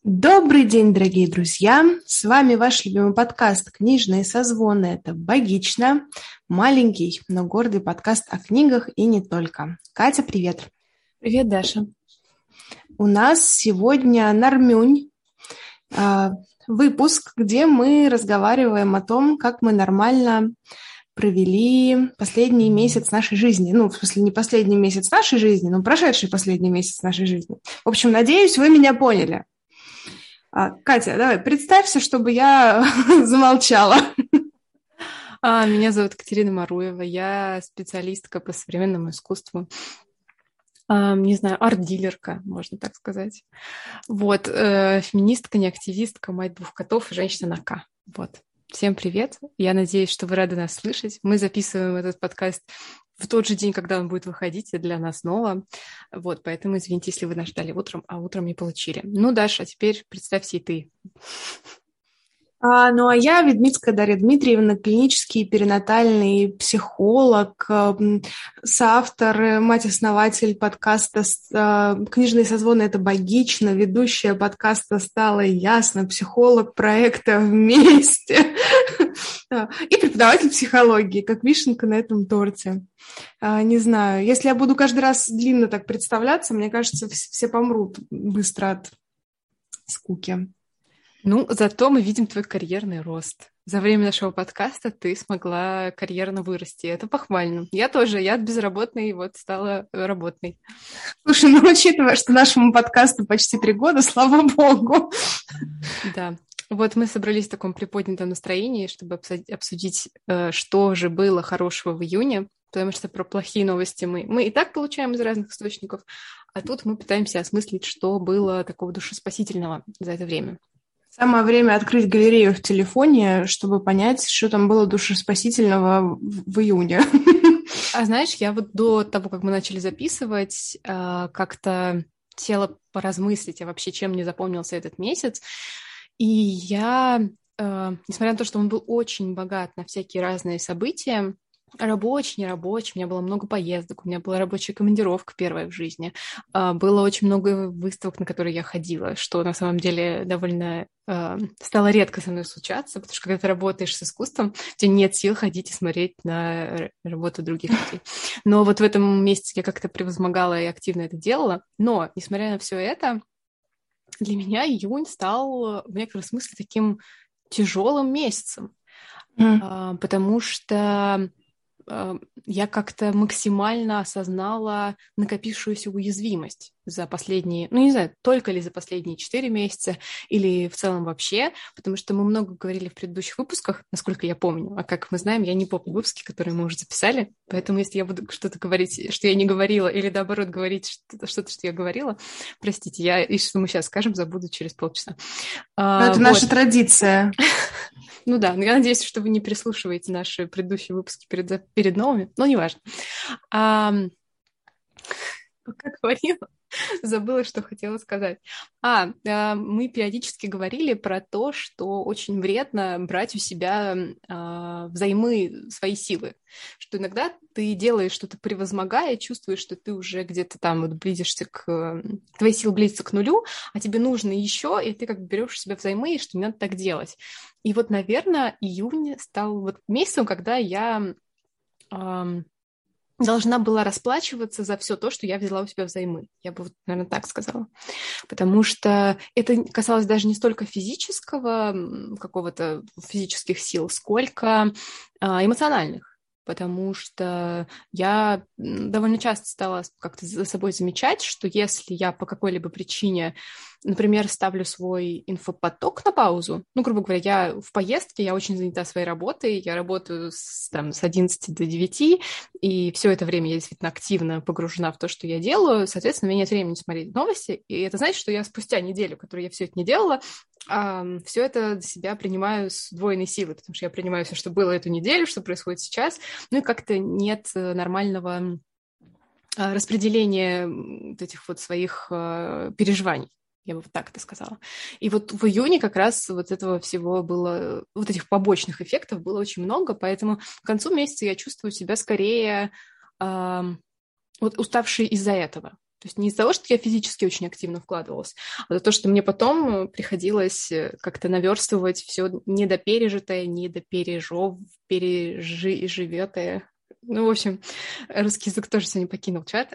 Добрый день, дорогие друзья! С вами ваш любимый подкаст «Книжные созвоны». Это «Богично», маленький, но гордый подкаст о книгах и не только. Катя, привет! Привет, Даша. У нас сегодня нормюнь, выпуск, где мы разговариваем о том, как мы нормально провели последний месяц нашей жизни. Ну, в смысле, не последний месяц нашей жизни, но прошедший последний месяц нашей жизни. В общем, надеюсь, вы меня поняли. Катя, давай, представься, чтобы я замолчала. Меня зовут Катерина Маруева, я специалистка по современному искусству. Не знаю, арт-дилерка, можно так сказать. Вот, феминистка, не активистка, мать двух котов и женщина на К. Вот. Всем привет. Я надеюсь, что вы рады нас слышать. Мы записываем этот подкаст в тот же день, когда он будет выходить, и для нас снова. Вот, поэтому извините, если вы нас ждали утром, а утром не получили. Ну, Даша, теперь представься и ты. Ну, а я Ведмицкая Дарья Дмитриевна, клинический перинатальный психолог, соавтор, мать-основатель подкаста «Книжные созвоны» — это «Богично», ведущая подкаста «Стало ясно», психолог проекта «Вместе» и преподаватель психологии, как вишенка на этом торте. Не знаю, если я буду каждый раз длинно так представляться, мне кажется, все помрут быстро от скуки. Ну, зато мы видим твой карьерный рост. За время нашего подкаста ты смогла карьерно вырасти. Это похвально. Я тоже. Я безработной, вот стала работной. Слушай, ну, учитывая, что нашему подкасту почти 3 года, слава богу. Да. Вот мы собрались в таком приподнятом настроении, чтобы обсудить, что же было хорошего в июне, потому что про плохие новости мы и так получаем из разных источников, а тут мы пытаемся осмыслить, что было такого душеспасительного за это время. Самое время открыть галерею в телефоне, чтобы понять, что там было душеспасительного в июне. А знаешь, я вот до того, как мы начали записывать, как-то села поразмыслить, а вообще чем мне запомнился этот месяц. И я, несмотря на то, что он был очень богат на всякие разные события, рабочий, нерабочий, у меня было много поездок, у меня была рабочая командировка первая в жизни, было очень много выставок, на которые я ходила, что на самом деле довольно стало редко со мной случаться, потому что когда ты работаешь с искусством, у тебя нет сил ходить и смотреть на работу других людей. Но вот в этом месяце я как-то превозмогала и активно это делала, но, несмотря на все это, для меня июнь стал в некотором смысле таким тяжелым месяцем, потому что я как-то максимально осознала накопившуюся уязвимость за последние, ну, не знаю, только ли за последние 4 месяца или в целом вообще, потому что мы много говорили в предыдущих выпусках, насколько я помню, а как мы знаем, я не помню выпуски, которые мы уже записали, поэтому если я буду что-то говорить, что я не говорила, или наоборот говорить что-то, что я говорила, простите, и что мы сейчас скажем, забуду через полчаса. Это наша традиция. Ну да, но я надеюсь, что вы не переслушиваете наши предыдущие выпуски перед новыми, но неважно. Как говорила, забыла, что хотела сказать. Мы периодически говорили про то, что очень вредно брать у себя взаймы свои силы, что иногда ты делаешь что-то превозмогая, чувствуешь, что ты уже где-то там вот близишься твои силы близятся к нулю, а тебе нужно еще, и ты как бы берешь у себя взаймы, и что не надо так делать. И вот, наверное, июнь стал вот месяцем, когда я должна была расплачиваться за все то, что я взяла у себя взаймы. Я бы, наверное, так сказала. Потому что это касалось даже не столько физического, какого-то физических сил, сколько эмоциональных. Потому что я довольно часто стала как-то за собой замечать, что если я по какой-либо причине, например, ставлю свой инфопоток на паузу, ну, грубо говоря, я в поездке, я очень занята своей работой, я работаю с 11 до 9, и все это время я действительно активно погружена в то, что я делаю, соответственно, у меня нет времени смотреть новости, и это значит, что я спустя неделю, которую я все это не делала, все это для себя принимаю с двойной силой, потому что я принимаю все, что было эту неделю, что происходит сейчас, ну и как-то нет нормального распределения этих вот своих переживаний. Я бы вот так это сказала. И вот в июне как раз вот этого всего было, вот этих побочных эффектов было очень много, поэтому к концу месяца я чувствую себя скорее вот уставшей из-за этого. То есть не из-за того, что я физически очень активно вкладывалась, а за то, что мне потом приходилось как-то наверстывать все недопережитое, переживетое. Ну, в общем, русский язык тоже сегодня покинул чат.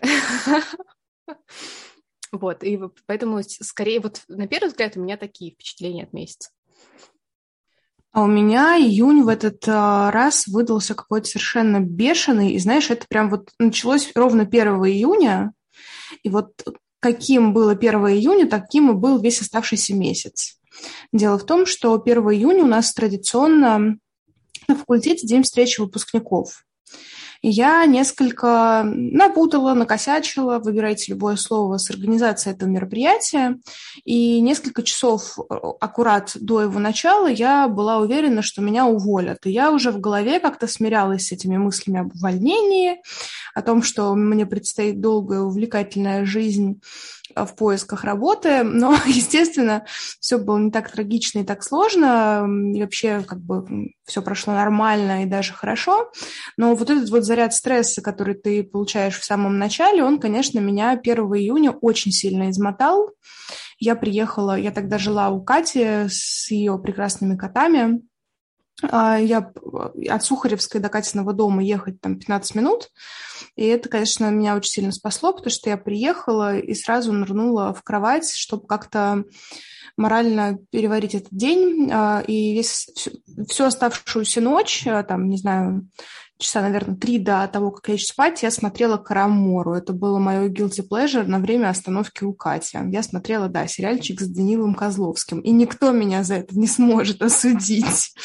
Вот, и поэтому скорее вот на первый взгляд у меня такие впечатления от месяца. А у меня июнь в этот раз выдался какой-то совершенно бешеный. И знаешь, это прям вот началось ровно 1 июня. И вот каким было 1 июня, таким и был весь оставшийся месяц. Дело в том, что 1 июня у нас традиционно на факультете день встречи выпускников. И я несколько напутала, накосячила, выбирайте любое слово, с организацией этого мероприятия. И несколько часов аккурат до его начала я была уверена, что меня уволят. И я уже в голове как-то смирялась с этими мыслями об увольнении, о том, что мне предстоит долгая, увлекательная жизнь в поисках работы, но, естественно, все было не так трагично и так сложно, и вообще как бы все прошло нормально и даже хорошо, но вот этот вот заряд стресса, который ты получаешь в самом начале, он, конечно, меня 1 июня очень сильно измотал. Я приехала, я тогда жила у Кати с ее прекрасными котами. Я от Сухаревской до Катиного дома ехать там 15 минут, и это, конечно, меня очень сильно спасло, потому что я приехала и сразу нырнула в кровать, чтобы как-то морально переварить этот день, и всю оставшуюся ночь, там, не знаю, часа, наверное, 3 до того, как лечь спать, я смотрела «Карамору». Это было мое guilty pleasure на время остановки у Кати. Я смотрела, да, сериальчик с Данилом Козловским, и никто меня за это не сможет осудить.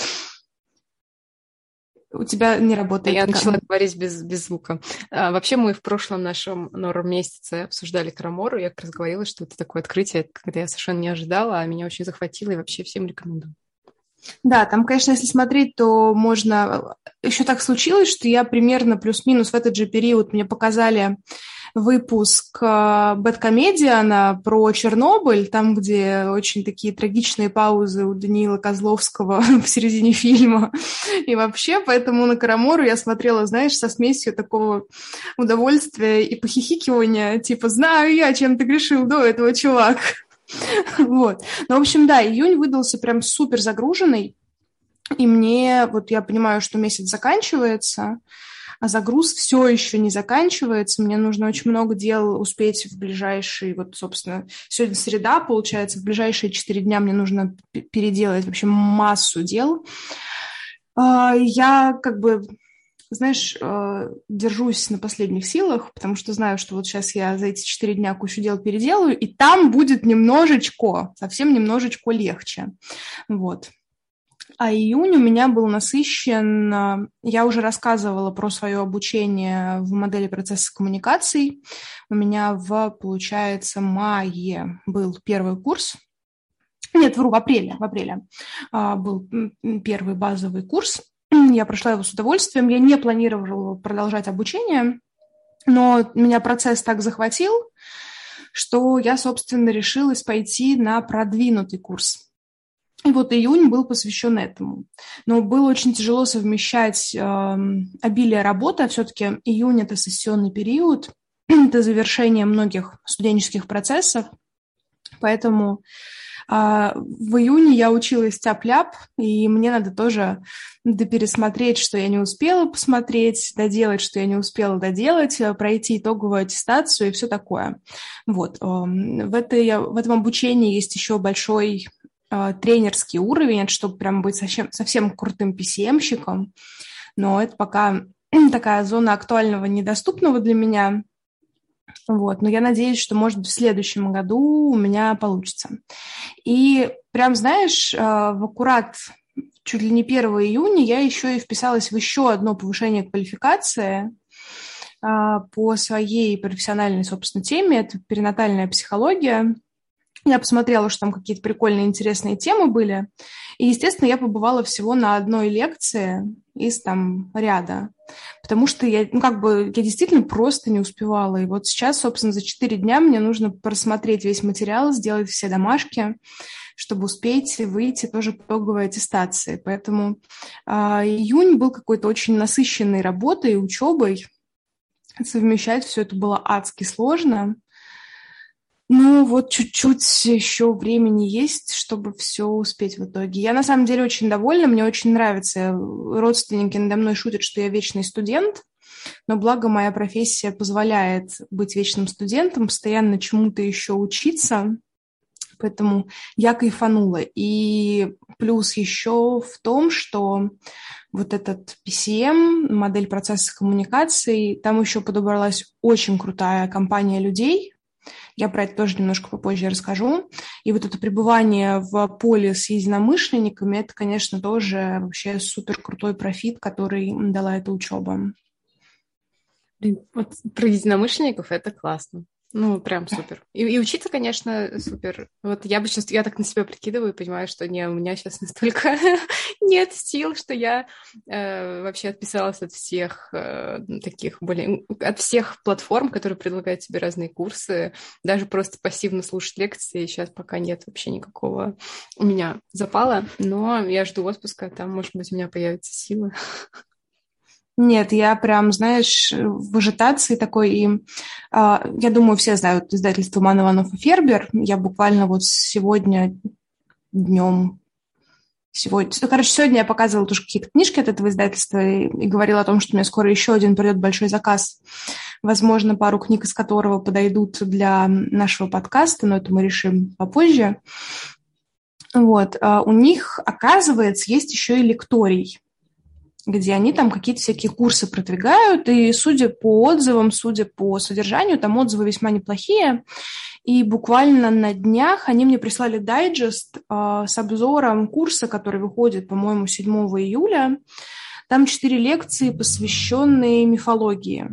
У тебя не работает. Я начала говорить без звука. Вообще мы в прошлом нашем норм-месяце обсуждали Карамору. Я как раз говорила, что это такое открытие, когда я совершенно не ожидала, а меня очень захватило, и вообще всем рекомендую. Да, там, конечно, если смотреть, то можно... Еще так случилось, что я примерно плюс-минус в этот же период мне показали выпуск Бэдкомедиана про Чернобыль, там, где очень такие трагичные паузы у Даниила Козловского в середине фильма. И вообще, поэтому на Карамору я смотрела, знаешь, со смесью такого удовольствия и похихикивания, типа, знаю я, чем ты грешил до этого, чувак. Вот. Ну, в общем, да, июнь выдался прям супер загруженный, и мне, вот я понимаю, что месяц заканчивается, а загруз все еще не заканчивается, мне нужно очень много дел успеть в ближайшие, вот, собственно, сегодня среда, получается, в ближайшие 4 дня мне нужно переделать вообще массу дел. Я как бы... Знаешь, держусь на последних силах, потому что знаю, что вот сейчас я за эти 4 дня кучу дел переделаю, и там будет немножечко, совсем немножечко легче. Вот. А июнь у меня был насыщен... Я уже рассказывала про свое обучение в модели процесса коммуникаций. У меня получается, мае был первый курс. Нет, вру, в апреле был первый базовый курс. Я прошла его с удовольствием. Я не планировала продолжать обучение, но меня процесс так захватил, что я, собственно, решилась пойти на продвинутый курс. И вот июнь был посвящен этому. Но было очень тяжело совмещать обилие работы, а все-таки июнь – это сессионный период, это завершение многих студенческих процессов, поэтому... В июне я училась тяп-ляп, и мне надо тоже допересмотреть, что я не успела посмотреть, доделать, что я не успела доделать, пройти итоговую аттестацию и все такое. Вот. В этом обучении есть еще большой тренерский уровень, это чтобы прям быть совсем крутым PCM-щиком, но это пока такая зона актуального недоступного для меня. Вот, но я надеюсь, что, может быть, в следующем году у меня получится. И прям, знаешь, в аккурат чуть ли не 1 июня я еще и вписалась в еще одно повышение квалификации по своей профессиональной, собственно, теме. Это перинатальная психология. Я посмотрела, что там какие-то прикольные, интересные темы были. И, естественно, я побывала всего на одной лекции из там ряда. Потому что я действительно просто не успевала. И вот сейчас, собственно, за 4 дня мне нужно просмотреть весь материал, сделать все домашки, чтобы успеть выйти тоже по итоговой аттестации. Поэтому июнь был какой-то очень насыщенной работой и учебой. Совмещать все это было адски сложно. Ну, вот чуть-чуть еще времени есть, чтобы все успеть в итоге. Я на самом деле очень довольна, мне очень нравится. Родственники надо мной шутят, что я вечный студент, но благо моя профессия позволяет быть вечным студентом, постоянно чему-то еще учиться, поэтому я кайфанула. И плюс еще в том, что вот этот PCM, модель процесса коммуникаций, там еще подобралась очень крутая компания людей. Я про это тоже немножко попозже расскажу. И вот это пребывание в поле с единомышленниками, это, конечно, тоже вообще супер крутой профит, который дала эта учеба. Блин, вот про единомышленников это классно. Ну, прям супер. И учиться, конечно, супер. Вот я бы сейчас, я так на себя прикидываю и понимаю, что не, у меня сейчас настолько нет сил, что я вообще отписалась от всех таких более, от всех платформ, которые предлагают тебе разные курсы, даже просто пассивно слушать лекции. Сейчас пока нет вообще никакого у меня запала, но я жду отпуска, там, может быть, у меня появятся силы. Нет, я прям, знаешь, в ажитации такой. И я думаю, все знают издательство «Ман, Иванов и Фербер». Я буквально вот сегодня днем... сегодня я показывала тоже какие-то книжки от этого издательства и говорила о том, что у меня скоро еще один придет большой заказ. Возможно, пару книг из которого подойдут для нашего подкаста, но это мы решим попозже. Вот. У них, оказывается, есть еще и лекторий, где они там какие-то всякие курсы продвигают, и судя по отзывам, судя по содержанию, там отзывы весьма неплохие, и буквально на днях они мне прислали дайджест с обзором курса, который выходит, по-моему, 7 июля. Там 4 лекции, посвященные мифологии.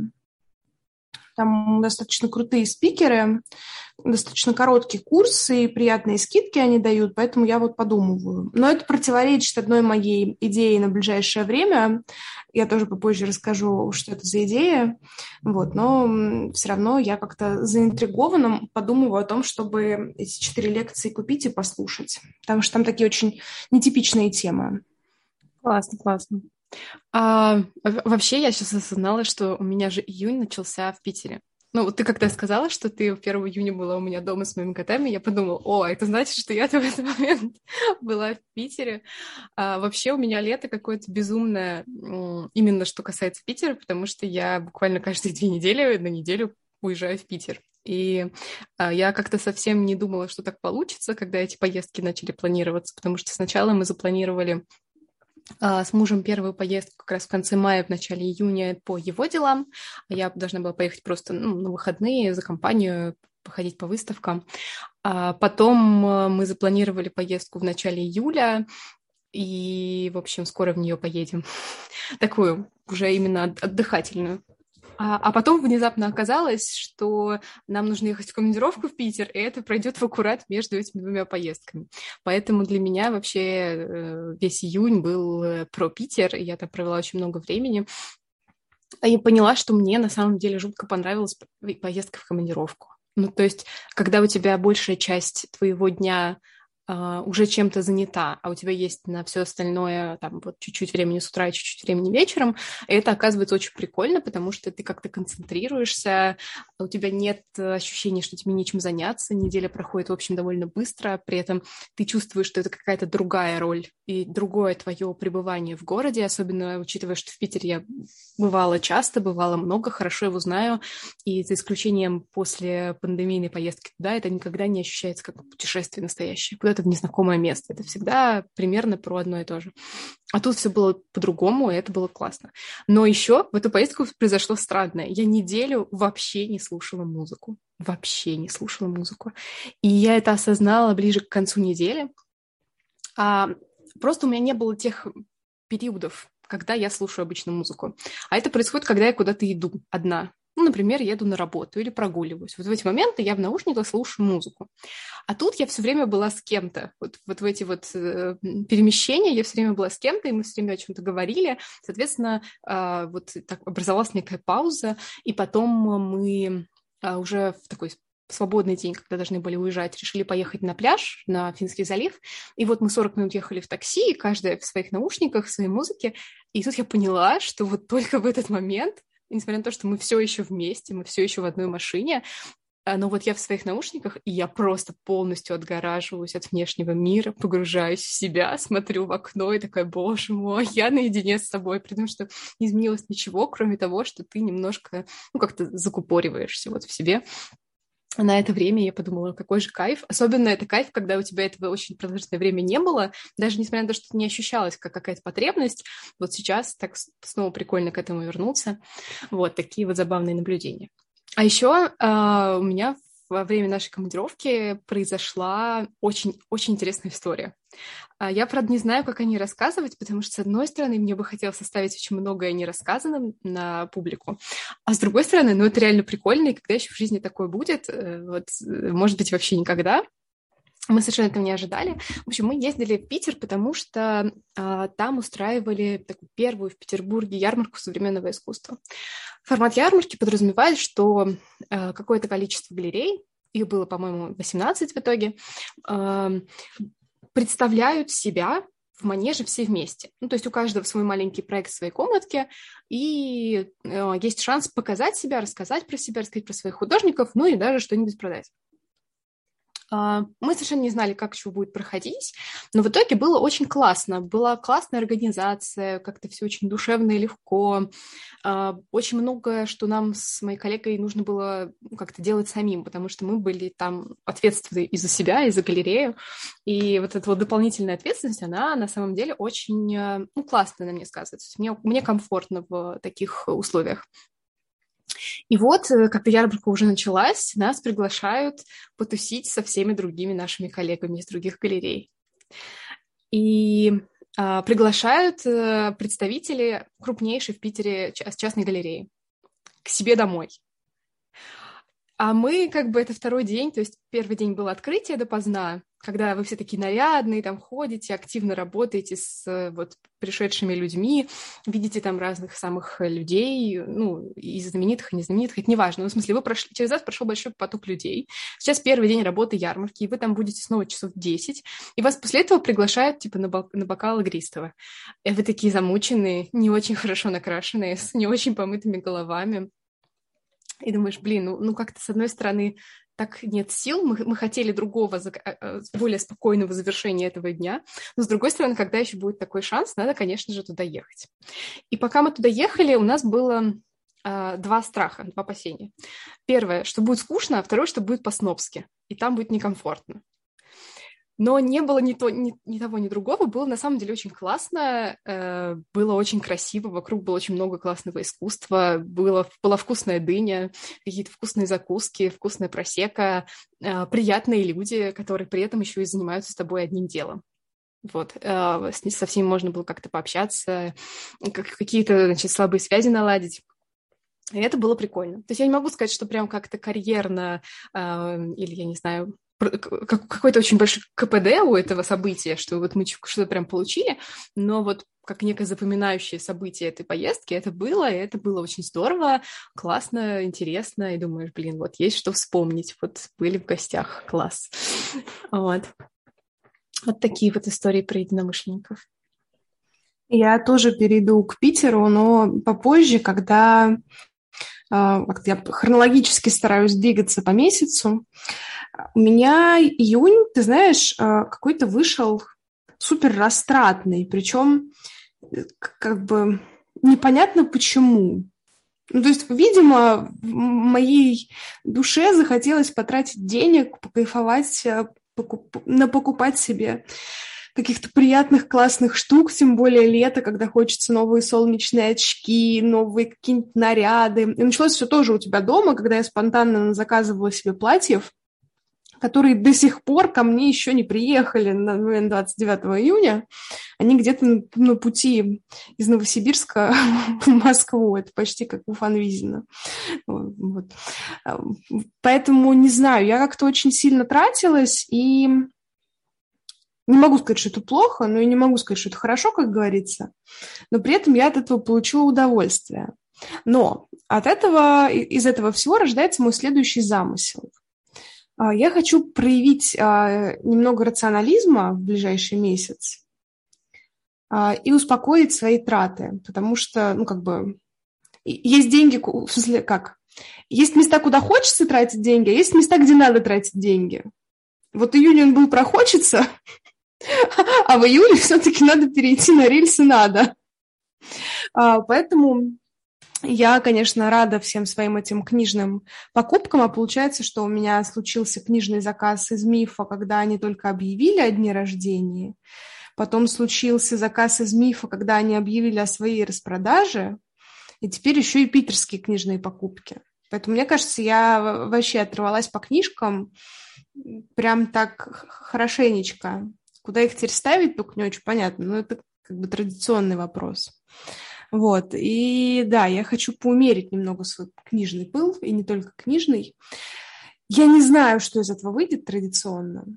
Там достаточно крутые спикеры, достаточно короткий курс и приятные скидки они дают, поэтому я вот подумываю. Но это противоречит одной моей идее на ближайшее время. Я тоже попозже расскажу, что это за идея. Вот, но все равно я как-то заинтригована, подумываю о том, чтобы эти 4 лекции купить и послушать. Потому что там такие очень нетипичные темы. Классно, классно. Вообще, я сейчас осознала, что у меня же июнь начался в Питере. Ну, вот ты когда сказала, что ты 1 июня была у меня дома с моими котами, я подумала, это значит, что я в этот момент была в Питере. Вообще у меня лето какое-то безумное, именно что касается Питера, потому что я буквально каждые 2 недели на неделю уезжаю в Питер. И я как-то совсем не думала, что так получится, когда эти поездки начали планироваться, потому что сначала мы запланировали с мужем первую поездку как раз в конце мая, в начале июня по его делам. Я должна была поехать просто на выходные за компанию, походить по выставкам. Потом мы запланировали поездку в начале июля, и, в общем, скоро в нее поедем. Такую уже именно отдыхательную. А потом внезапно оказалось, что нам нужно ехать в командировку в Питер, и это пройдет в аккурат между этими 2 поездками. Поэтому для меня вообще весь июнь был про Питер, и я там провела очень много времени. И поняла, что мне на самом деле жутко понравилась поездка в командировку. Ну, то есть, когда у тебя большая часть твоего дня уже чем-то занята, а у тебя есть на все остальное там вот чуть-чуть времени с утра и чуть-чуть времени вечером, это оказывается очень прикольно, потому что ты как-то концентрируешься, у тебя нет ощущения, что тебе нечем заняться, неделя проходит, в общем, довольно быстро, при этом ты чувствуешь, что это какая-то другая роль и другое твое пребывание в городе, особенно учитывая, что в Питере я бывала часто, бывала много, хорошо его знаю, и за исключением после пандемийной поездки туда, это никогда не ощущается как путешествие настоящее, куда-то в незнакомое место. Это всегда примерно про одно и то же. А тут все было по-другому, и это было классно. Но еще в эту поездку произошло странное. Я неделю вообще не слушала музыку. Вообще не слушала музыку. И я это осознала ближе к концу недели. Просто у меня не было тех периодов, когда я слушаю обычно музыку. А это происходит, когда я куда-то иду одна. Ну, например, еду на работу или прогуливаюсь. Вот в эти моменты я в наушниках слушаю музыку. А тут я все время была с кем-то. Вот в эти вот перемещения я все время была с кем-то, и мы все время о чем-то говорили. Соответственно, вот так образовалась некая пауза, и потом мы уже в такой свободный день, когда должны были уезжать, решили поехать на пляж, на Финский залив. И вот мы 40 минут ехали в такси, каждая в своих наушниках, в своей музыке. И тут я поняла, что вот только в этот момент, несмотря на то, что мы все еще вместе, мы все еще в одной машине, Но вот я в своих наушниках, и я просто полностью отгораживаюсь от внешнего мира, погружаюсь в себя, смотрю в окно и такая, боже мой, я наедине с собой, потому что не изменилось ничего, кроме того, что ты немножко, как-то закупориваешься вот в себе. На это время я подумала, какой же кайф. Особенно это кайф, когда у тебя этого очень продолжительное время не было, даже несмотря на то, что это не ощущалось как какая-то потребность. Вот сейчас так снова прикольно к этому вернуться. Вот такие вот забавные наблюдения. А еще у меня во время нашей командировки произошла очень интересная история. Я, правда, не знаю, как о ней рассказывать, потому что, с одной стороны, мне бы хотелось оставить очень многое нерассказанным на публику, а с другой стороны, это реально прикольно, и когда еще в жизни такое будет, может быть, вообще никогда. Мы совершенно этого не ожидали. В общем, мы ездили в Питер, потому что там устраивали такую первую в Петербурге ярмарку современного искусства. Формат ярмарки подразумевает, что какое-то количество галерей, их было, по-моему, 18 в итоге, представляют себя в манеже все вместе. То есть у каждого свой маленький проект в своей комнатке, и есть шанс показать себя, рассказать про своих художников, и даже что-нибудь продать. Мы совершенно не знали, как чего будет проходить, но в итоге было очень классно. Была классная организация, как-то все очень душевно и легко. Очень многое, что нам с моей коллегой нужно было как-то делать самим, потому что мы были там ответственны и за себя, и за галерею. И вот эта вот дополнительная ответственность, она на самом деле очень классно на мне сказывается. Мне комфортно в таких условиях. И вот, когда ярмарка уже началась, нас приглашают потусить со всеми другими нашими коллегами из других галерей. И приглашают представители крупнейшей в Питере частной галереи к себе домой. А мы это второй день, то есть первый день было открытие допоздна, когда вы все такие нарядные, там ходите, активно работаете с пришедшими людьми, видите там разных самых людей, и знаменитых, и незнаменитых, это неважно. В смысле, через вас прошел большой поток людей. Сейчас первый день работы ярмарки, и вы там будете снова часов 10, и вас после этого приглашают на бокал игристого. И вы такие замученные, не очень хорошо накрашенные, с не очень помытыми головами. И думаешь, как-то с одной стороны так нет сил, мы хотели другого, более спокойного завершения этого дня, но с другой стороны, когда еще будет такой шанс, надо, конечно же, туда ехать. И пока мы туда ехали, у нас было два страха, два опасения. Первое, что будет скучно, а второе, что будет по-снобски, и там будет некомфортно. Но не было ни того, ни другого. Было на самом деле очень классно, было очень красиво, вокруг было очень много классного искусства, была вкусная дыня, какие-то вкусные закуски, вкусная просека, приятные люди, которые при этом еще и занимаются с тобой одним делом. Со всеми можно было как-то пообщаться, какие-то, слабые связи наладить. И это было прикольно. То есть я не могу сказать, что прям как-то карьерно или, я не знаю, какой-то очень большой КПД у этого события, что мы что-то прям получили, но как некое запоминающее событие этой поездки это было, и это было очень здорово, классно, интересно, и думаешь, есть что вспомнить, были в гостях, класс. Вот такие истории про единомышленников. Я тоже перейду к Питеру, но попозже, когда я хронологически стараюсь двигаться по месяцу. У меня июнь, ты знаешь, какой-то вышел супер растратный, причем непонятно почему. То есть, видимо, в моей душе захотелось потратить денег, покайфовать, покупать себе каких-то приятных, классных штук, тем более лето, когда хочется новые солнечные очки, новые какие-нибудь наряды. И началось все тоже у тебя дома, когда я спонтанно заказывала себе платьев, которые до сих пор ко мне еще не приехали на 29 июня. Они где-то на пути из Новосибирска в Москву. Это почти как у Фанвизина. Поэтому, не знаю, я как-то очень сильно тратилась, и не могу сказать, что это плохо, но и не могу сказать, что это хорошо, как говорится. Но при этом я от этого получила удовольствие. Но из этого всего рождается мой следующий замысел. Я хочу проявить немного рационализма в ближайший месяц и успокоить свои траты, потому что, есть деньги, в смысле, Есть места, куда хочется тратить деньги, а есть места, где надо тратить деньги. Вот июнь он был про «хочется», а в июле все-таки надо перейти на рельсы «надо». Поэтому я, конечно, рада всем своим этим книжным покупкам, а получается, что у меня случился книжный заказ из «Мифа», когда они только объявили о дне рождения. Потом случился заказ из «Мифа», когда они объявили о своей распродаже. И теперь еще и питерские книжные покупки. Поэтому, мне кажется, я вообще оторвалась по книжкам прям так хорошенечко. Куда их теперь ставить, только не очень понятно. Но это как бы традиционный вопрос. Вот. И да, я хочу поумерить немного свой книжный пыл, и не только книжный. Я не знаю, что из этого выйдет традиционно,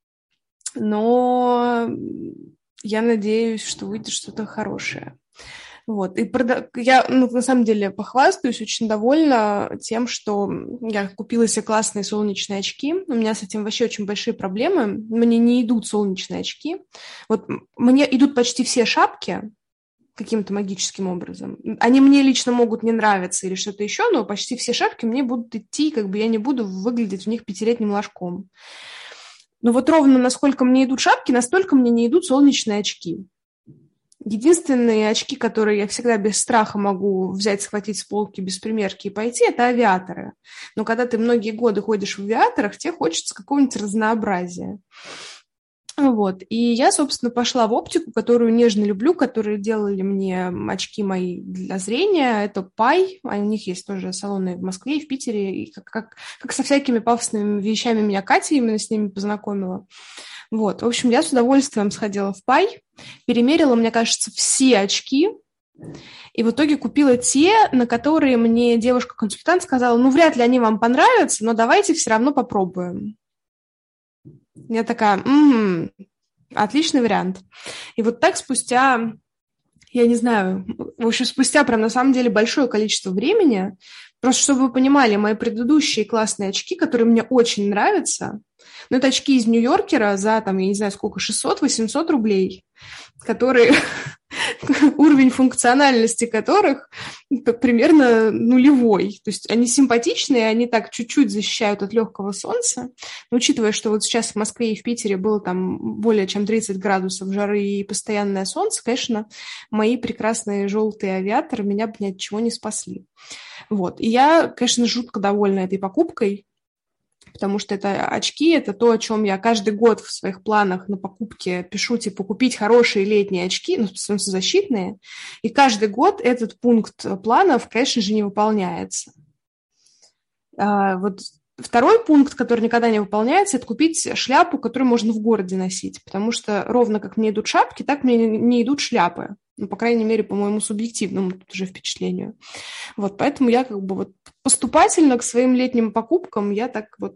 но я надеюсь, что выйдет что-то хорошее. Вот. И я, на самом деле, похвастаюсь, очень довольна тем, что я купила себе классные солнечные очки. У меня с этим вообще очень большие проблемы. Мне не идут солнечные очки. Вот мне идут почти все шапки каким-то магическим образом. Они мне лично могут не нравиться или что-то еще, но почти все шапки мне будут идти, как бы я не буду выглядеть в них 5-летним ложком. Но вот ровно насколько мне идут шапки, настолько мне не идут солнечные очки. Единственные очки, которые я всегда без страха могу взять, схватить с полки без примерки и пойти, это авиаторы. Но когда ты многие годы ходишь в авиаторах, тебе хочется какого-нибудь разнообразия. Вот. И я, собственно, пошла в оптику, которую нежно люблю, которые делали мне очки мои для зрения. Это Пай. У них есть тоже салоны в Москве и в Питере. И как со всякими пафосными вещами меня Катя именно с ними познакомила. Вот. В общем, я с удовольствием сходила в Пай, перемерила, мне кажется, все очки, и в итоге купила те, на которые мне девушка-консультант сказала, ну, вряд ли они вам понравятся, но давайте все равно попробуем. Я такая, отличный вариант. И вот так спустя, я не знаю, в общем, спустя прям на самом деле большое количество времени, просто чтобы вы понимали, мои предыдущие классные очки, которые мне очень нравятся, но это очки из Нью-Йоркера за, там, я не знаю сколько, 600-800 рублей, которые, уровень функциональности которых примерно нулевой. То есть они симпатичные, они так чуть-чуть защищают от легкого солнца. Но учитывая, что вот сейчас в Москве и в Питере было там более чем 30 градусов жары и постоянное солнце, конечно, мои прекрасные желтые авиаторы меня бы ни от чего не спасли. Вот. И я, конечно, жутко довольна этой покупкой, потому что это очки, это то, о чем я каждый год в своих планах на покупке пишу, типа, купить хорошие летние очки, ну, солнцезащитные, и каждый год этот пункт планов, конечно же, не выполняется. Вот второй пункт, который никогда не выполняется, это купить шляпу, которую можно в городе носить, потому что ровно как мне идут шапки, так мне не идут шляпы. Ну, по крайней мере, по моему субъективному тут уже впечатлению. Вот, поэтому я как бы вот поступательно к своим летним покупкам я так вот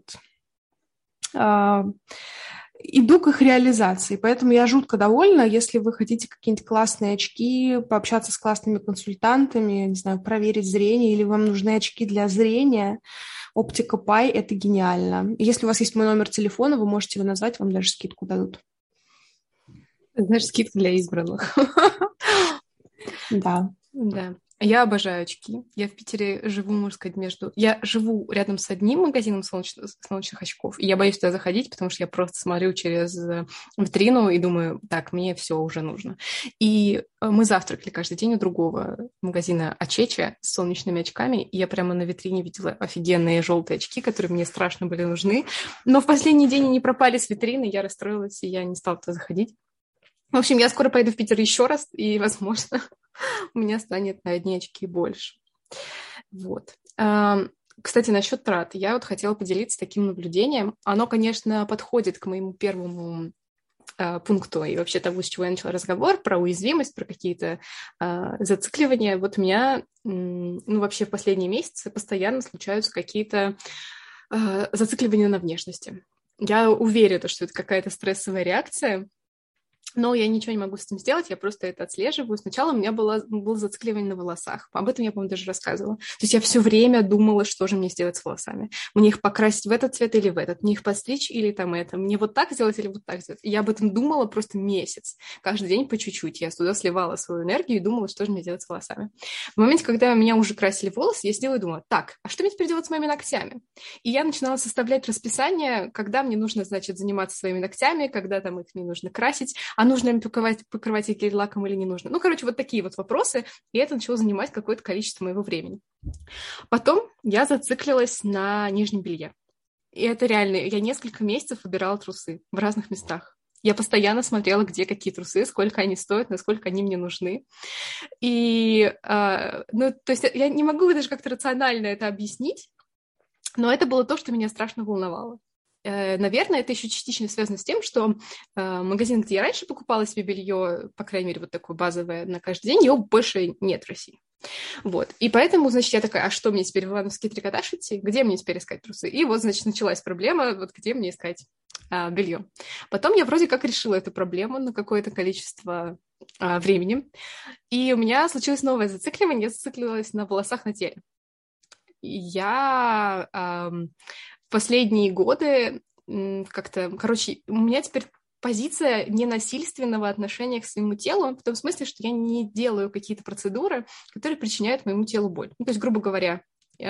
иду к их реализации. Поэтому я жутко довольна, если вы хотите какие-нибудь классные очки, пообщаться с классными консультантами, не знаю, проверить зрение, или вам нужны очки для зрения, Оптика Пай – это гениально. Если у вас есть мой номер телефона, вы можете его назвать, вам даже скидку дадут. Знаешь, скидка для избранных. Да. Да. Я обожаю очки. Я в Питере живу, можно сказать, Я живу рядом с одним магазином солнечных очков, и я боюсь туда заходить, потому что я просто смотрю через витрину и думаю, так, мне все уже нужно. И мы завтракали каждый день у другого магазина Ачеча с солнечными очками, и я прямо на витрине видела офигенные желтые очки, которые мне страшно были нужны. Но в последний день они пропали с витрины, я расстроилась, и я не стала туда заходить. В общем, я скоро поеду в Питер еще раз, и, возможно, у меня станет на одни очки больше. Вот. Кстати, насчет трат. Я вот хотела поделиться таким наблюдением. Оно, конечно, подходит к моему первому пункту и вообще того, с чего я начала разговор, про уязвимость, про какие-то зацикливания. Вот у меня, вообще в последние месяцы постоянно случаются какие-то зацикливания на внешности. Я уверена, что это какая-то стрессовая реакция. Но я ничего не могу с этим сделать, я просто это отслеживаю. Сначала у меня было зацикливание на волосах. Об этом я, по-моему, даже рассказывала. То есть я все время думала, что же мне сделать с волосами. Мне их покрасить в этот цвет или в этот, мне их подстричь или там это, мне вот так сделать или вот так сделать. И я об этом думала просто месяц. Каждый день по чуть-чуть. Я туда сливала свою энергию и думала, что же мне делать с волосами. В моменте, когда меня уже красили волосы, я сидела и думала, так, а что мне теперь делать с моими ногтями? И я начинала составлять расписание, когда мне нужно, значит, заниматься своими ногтями, когда там их не нужно красить, а нужно ли покрывать их гель-лаком или не нужно. Ну, короче, вот такие вот вопросы, и это начало занимать какое-то количество моего времени. Потом я зациклилась на нижнем белье. И это реально, я несколько месяцев выбирала трусы в разных местах. Я постоянно смотрела, где какие трусы, сколько они стоят, насколько они мне нужны. И, ну, то есть я не могу даже как-то рационально это объяснить, но это было то, что меня страшно волновало. Наверное, это еще частично связано с тем, что магазин, где я раньше покупала себе белье, по крайней мере, вот такое базовое на каждый день, его больше нет в России. Вот. И поэтому, значит, я такая, а что, мне теперь в ивановский трикотаж идти? Где мне теперь искать трусы? И вот, значит, началась проблема, вот где мне искать белье. Потом я вроде как решила эту проблему на какое-то количество времени. И у меня случилось новое зацикливание. Я зациклилась на волосах на теле. Я в последние годы как-то... Короче, у меня теперь позиция ненасильственного отношения к своему телу, в том смысле, что я не делаю какие-то процедуры, которые причиняют моему телу боль. Ну, то есть, грубо говоря,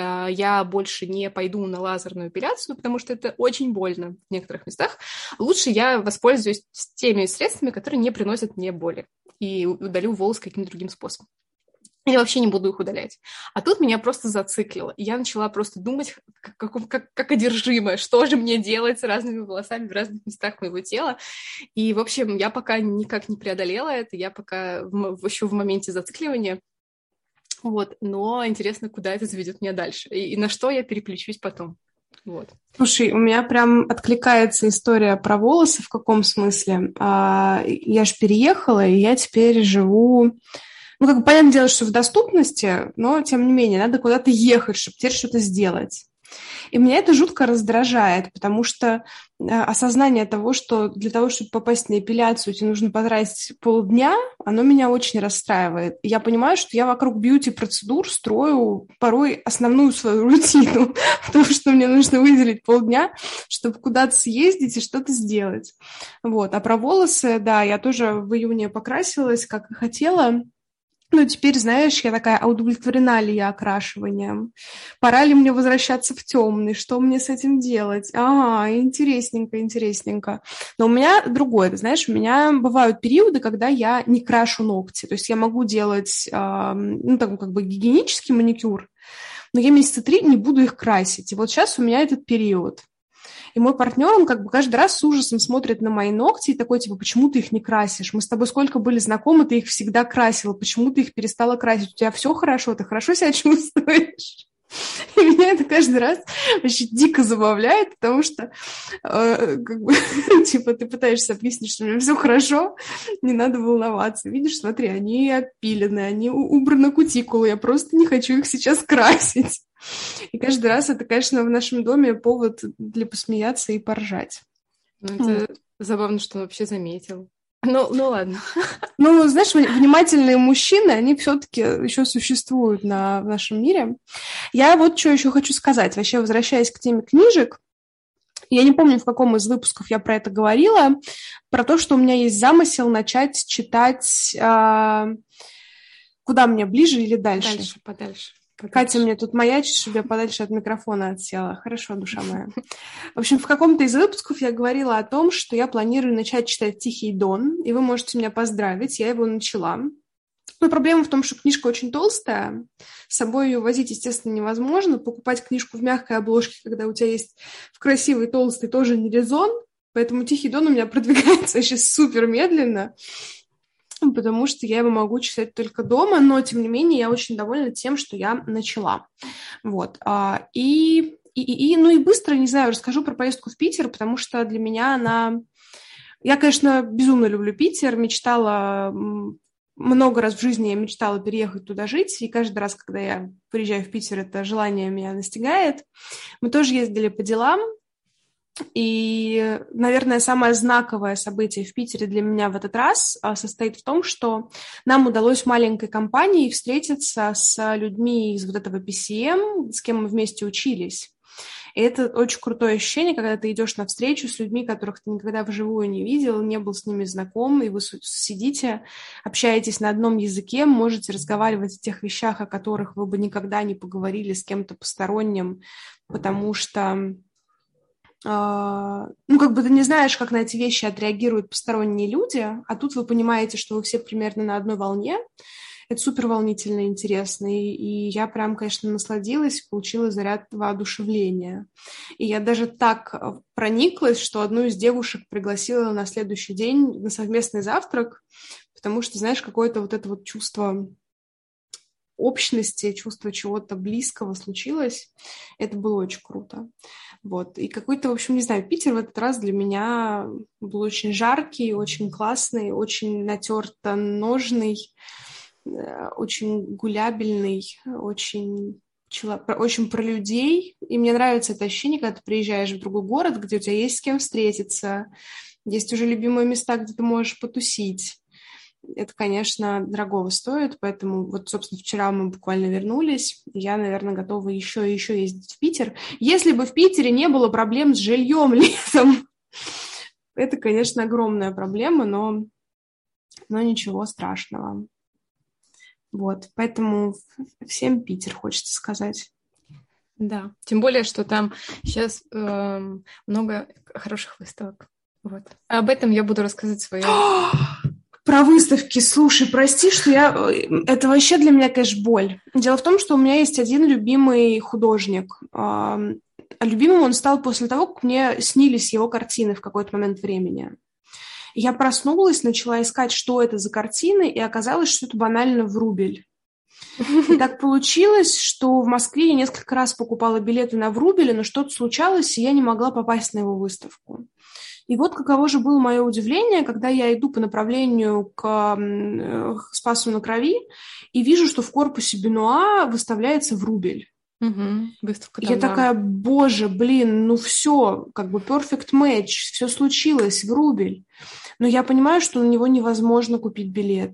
я больше не пойду на лазерную эпиляцию, потому что это очень больно в некоторых местах. Лучше я воспользуюсь теми средствами, которые не приносят мне боли, и удалю волос каким-то другим способом. Или вообще не буду их удалять. А тут меня просто зациклило. И я начала просто думать, как одержимая, что же мне делать с разными волосами в разных местах моего тела. И, в общем, я пока никак не преодолела это, я пока еще в моменте зацикливания. Вот. Но интересно, куда это заведет меня дальше. И на что я переключусь потом. Вот. Слушай, у меня прям откликается история про волосы. В каком смысле? Я же переехала, и я теперь живу... Ну, как бы, понятное дело, что в доступности, но, тем не менее, надо куда-то ехать, чтобы теперь что-то сделать. И меня это жутко раздражает, потому что осознание того, что для того, чтобы попасть на эпиляцию, тебе нужно потратить полдня, оно меня очень расстраивает. И я понимаю, что я вокруг бьюти-процедур строю порой основную свою рутину, потому что мне нужно выделить полдня, чтобы куда-то съездить и что-то сделать. Вот. А про волосы, да, я тоже в июне покрасилась, как и хотела. Ну, теперь, знаешь, я такая, а удовлетворена ли я окрашиванием? Пора ли мне возвращаться в темный? Что мне с этим делать? Интересненько, интересненько. Но у меня другое, ты знаешь, у меня бывают периоды, когда я не крашу ногти. То есть я могу делать, так как бы гигиенический маникюр, но я месяца 3 не буду их красить. И вот сейчас у меня этот период. И мой партнер, он как бы каждый раз с ужасом смотрит на мои ногти и такой, типа, почему ты их не красишь? Мы с тобой сколько были знакомы, ты их всегда красила, почему ты их перестала красить? У тебя все хорошо, ты хорошо себя чувствуешь? И меня это каждый раз вообще дико забавляет, потому что, как бы, типа, ты пытаешься объяснить, что у меня все хорошо, не надо волноваться. Видишь, смотри, они опилены, они убраны кутикулы, я просто не хочу их сейчас красить. И каждый раз это, конечно, в нашем доме повод для посмеяться и поржать. Ну, это забавно, что он вообще заметил. Ну ладно. Ну, знаешь, внимательные мужчины, они все-таки еще существуют в нашем мире. Я вот что еще хочу сказать. Вообще, возвращаясь к теме книжек, я не помню, в каком из выпусков я про это говорила, про то, что у меня есть замысел начать читать куда мне, ближе или дальше? Подальше. Катя мне тут маячит, чтобы я подальше от микрофона отсела. Хорошо, душа моя. В общем, в каком-то из выпусков я говорила о том, что я планирую начать читать «Тихий Дон», и вы можете меня поздравить, я его начала. Но проблема в том, что книжка очень толстая, с собой ее возить, естественно, невозможно. Покупать книжку в мягкой обложке, когда у тебя есть в красивой толстой, тоже не резон, поэтому «Тихий Дон» у меня продвигается сейчас супер медленно, потому что я его могу читать только дома, но, тем не менее, я очень довольна тем, что я начала. Вот. Ну и быстро, не знаю, расскажу про поездку в Питер, потому что для меня она... Я, конечно, безумно люблю Питер, мечтала... Много раз в жизни я мечтала переехать туда жить, и каждый раз, когда я приезжаю в Питер, это желание меня настигает. Мы тоже ездили по делам, И, наверное, самое знаковое событие в Питере для меня в этот раз состоит в том, что нам удалось маленькой компанией встретиться с людьми из вот этого PCM, с кем мы вместе учились. И это очень крутое ощущение, когда ты идешь на встречу с людьми, которых ты никогда вживую не видел, не был с ними знаком, и вы сидите, общаетесь на одном языке, можете разговаривать о тех вещах, о которых вы бы никогда не поговорили с кем-то посторонним, потому что как бы ты не знаешь, как на эти вещи отреагируют посторонние люди, а тут вы понимаете, что вы все примерно на одной волне. Это супер волнительно и интересно, и я прям, конечно, насладилась, получила заряд воодушевления. И я даже так прониклась, что одну из девушек пригласила на следующий день на совместный завтрак, потому что, знаешь, какое-то вот это вот чувство общности, чувство чего-то близкого случилось. Это было очень круто. Вот. И какой-то, в общем, не знаю, Питер в этот раз для меня был очень жаркий, очень классный, очень натерто-ножный, очень гулябельный, очень про людей. И мне нравится это ощущение, когда ты приезжаешь в другой город, где у тебя есть с кем встретиться, есть уже любимые места, где ты можешь потусить. Это, конечно, дорогого стоит, поэтому вот, собственно, вчера мы буквально вернулись, и я, наверное, готова еще и еще ездить в Питер. Если бы в Питере не было проблем с жильем летом, это, конечно, огромная проблема, но ничего страшного. Вот, поэтому всем Питер, хочется сказать. Да, тем более, что там сейчас много хороших выставок. Вот. Об этом я буду рассказывать в своем... Про выставки. Слушай, прости, что это вообще для меня, конечно, боль. Дело в том, что у меня есть один любимый художник. Любимым он стал после того, как мне снились его картины в какой-то момент времени. Я проснулась, начала искать, что это за картины, и оказалось, что это банально Врубель. И так получилось, что в Москве я несколько раз покупала билеты на Врубеля, но что-то случалось, и я не могла попасть на его выставку. И вот каково же было мое удивление, когда я иду по направлению к Спасу на Крови и вижу, что в корпусе Бенуа выставляется Врубель. Выставка там, я такая, боже, блин, все, как бы perfect match, все случилось, Врубель. Но я понимаю, что на него невозможно купить билет,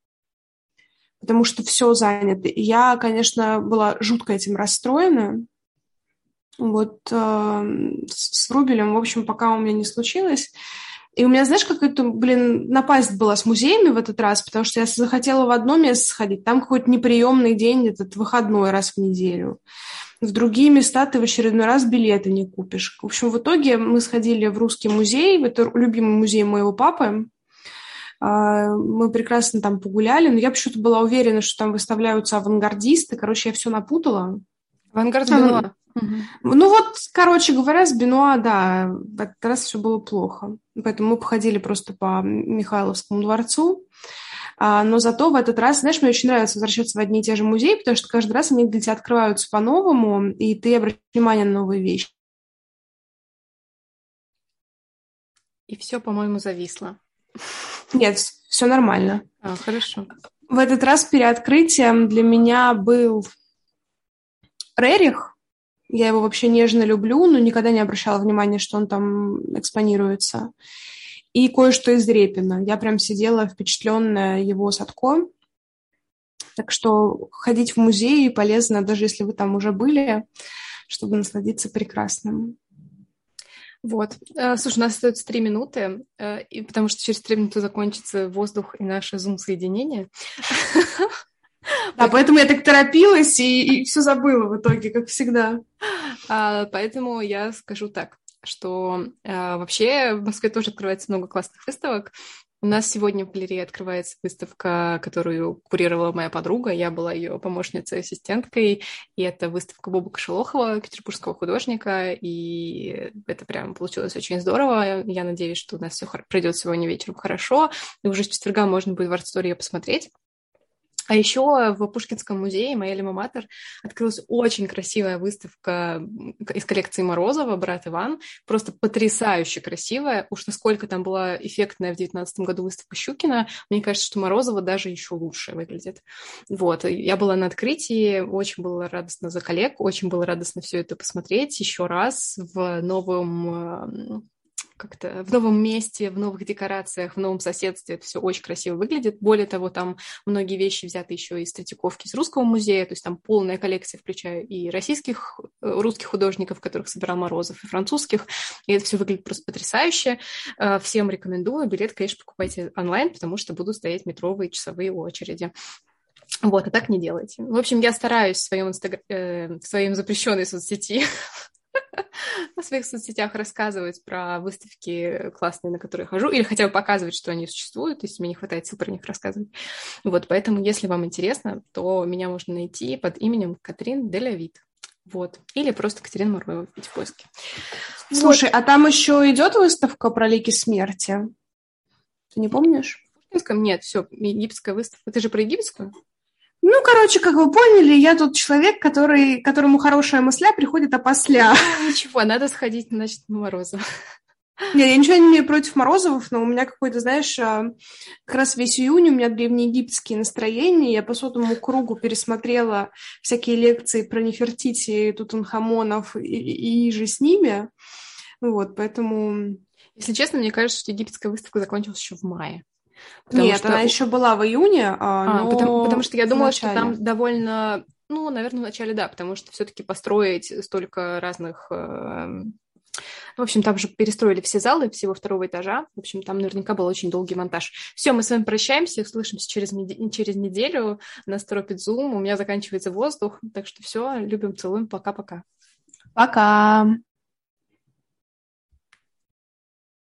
потому что все занято. И я, конечно, была жутко этим расстроена. Вот с Врубелем, в общем, пока у меня не случилось. И у меня, знаешь, какая-то, напасть была с музеями в этот раз, потому что я захотела в одно место сходить, там какой-то неприемный день, этот выходной раз в неделю. В другие места ты в очередной раз билеты не купишь. В общем, в итоге мы сходили в Русский музей, это любимый музей моего папы. Мы прекрасно там погуляли, но я почему-то была уверена, что там выставляются авангардисты. Короче, я все напутала. Авангард Бенуа. Ну вот, короче говоря, с Бенуа, да, в этот раз все было плохо. Поэтому мы походили просто по Михайловскому дворцу. Но зато в этот раз, знаешь, мне очень нравится возвращаться в одни и те же музеи, потому что каждый раз они для тебя открываются по-новому, и ты обращаешь внимание на новые вещи. И все, по-моему, зависло. Нет, все нормально. Хорошо. В этот раз переоткрытием для меня был Рерих. Я его вообще нежно люблю, но никогда не обращала внимания, что он там экспонируется. И кое-что из Репина. Я прям сидела впечатленная его Садко. Так что ходить в музей полезно, даже если вы там уже были, чтобы насладиться прекрасным. Вот. Слушай, у нас остается 3 минуты, и потому что через 3 минуты закончится воздух и наше Zoom-соединение. Да, поэтому я так торопилась и все забыла в итоге, как всегда. Поэтому я скажу так, что вообще в Москве тоже открывается много классных выставок. У нас сегодня в галерее открывается выставка, которую курировала моя подруга. Я была ее помощницей, ассистенткой. И это выставка Боба Кошелохова, петербургского художника. И это прям получилось очень здорово. Я надеюсь, что у нас все пройдет сегодня вечером хорошо. И уже с четверга можно будет в арт-сторе ее посмотреть. А еще в Пушкинском музее, моя альма-матер, открылась очень красивая выставка из коллекции Морозова «Брат Иван». Просто потрясающе красивая. Уж насколько там была эффектная в 2019 году выставка Щукина, мне кажется, что Морозова даже еще лучше выглядит. Вот. Я была на открытии, очень было радостно за коллег, очень было радостно все это посмотреть еще раз в новом... как-то в новом месте, в новых декорациях, в новом соседстве. Это все очень красиво выглядит. Более того, там многие вещи взяты еще из Третьяковки, из Русского музея, то есть там полная коллекция, включая и русских художников, которых собирал Морозов, и французских. И это все выглядит просто потрясающе. Всем рекомендую. Билет, конечно, покупайте онлайн, потому что будут стоять метровые часовые очереди. Вот, а так не делайте. В общем, я стараюсь в своем запрещенной соцсети на своих соцсетях рассказывать про выставки классные, на которые хожу, или хотя бы показывать, что они существуют, если мне не хватает сил про них рассказывать. Вот, поэтому, если вам интересно, то меня можно найти под именем Катрин Делявид. Вот. Или просто Катерина Мурлова вбить в поиске. Слушай, а там еще идет выставка про лики смерти? Ты не помнишь? В Пушкинском нет, все, египетская выставка. Ты же про египетскую? Ну, короче, как вы поняли, я тут человек, которому хорошая мысля приходит опосля. Ничего, надо сходить, значит, на Морозова. Нет, я ничего не имею против Морозовых, но у меня какой-то, знаешь, как раз весь июнь у меня древнеегипетские настроения. Я по сотому кругу пересмотрела всякие лекции про Нефертити, Тутанхамонов и же с ними. Вот, поэтому... Если честно, мне кажется, что египетская выставка закончилась еще в мае. Нет, она еще была в июне, но потому что я думала, что там довольно... Ну, наверное, в начале, да, потому что все-таки построить столько разных... В общем, там же перестроили все залы всего 2-го этажа. В общем, там наверняка был очень долгий монтаж. Все, мы с вами прощаемся, услышимся через неделю. Нас торопит Zoom, у меня заканчивается воздух. Так что все, любим, целуем, пока-пока. Пока!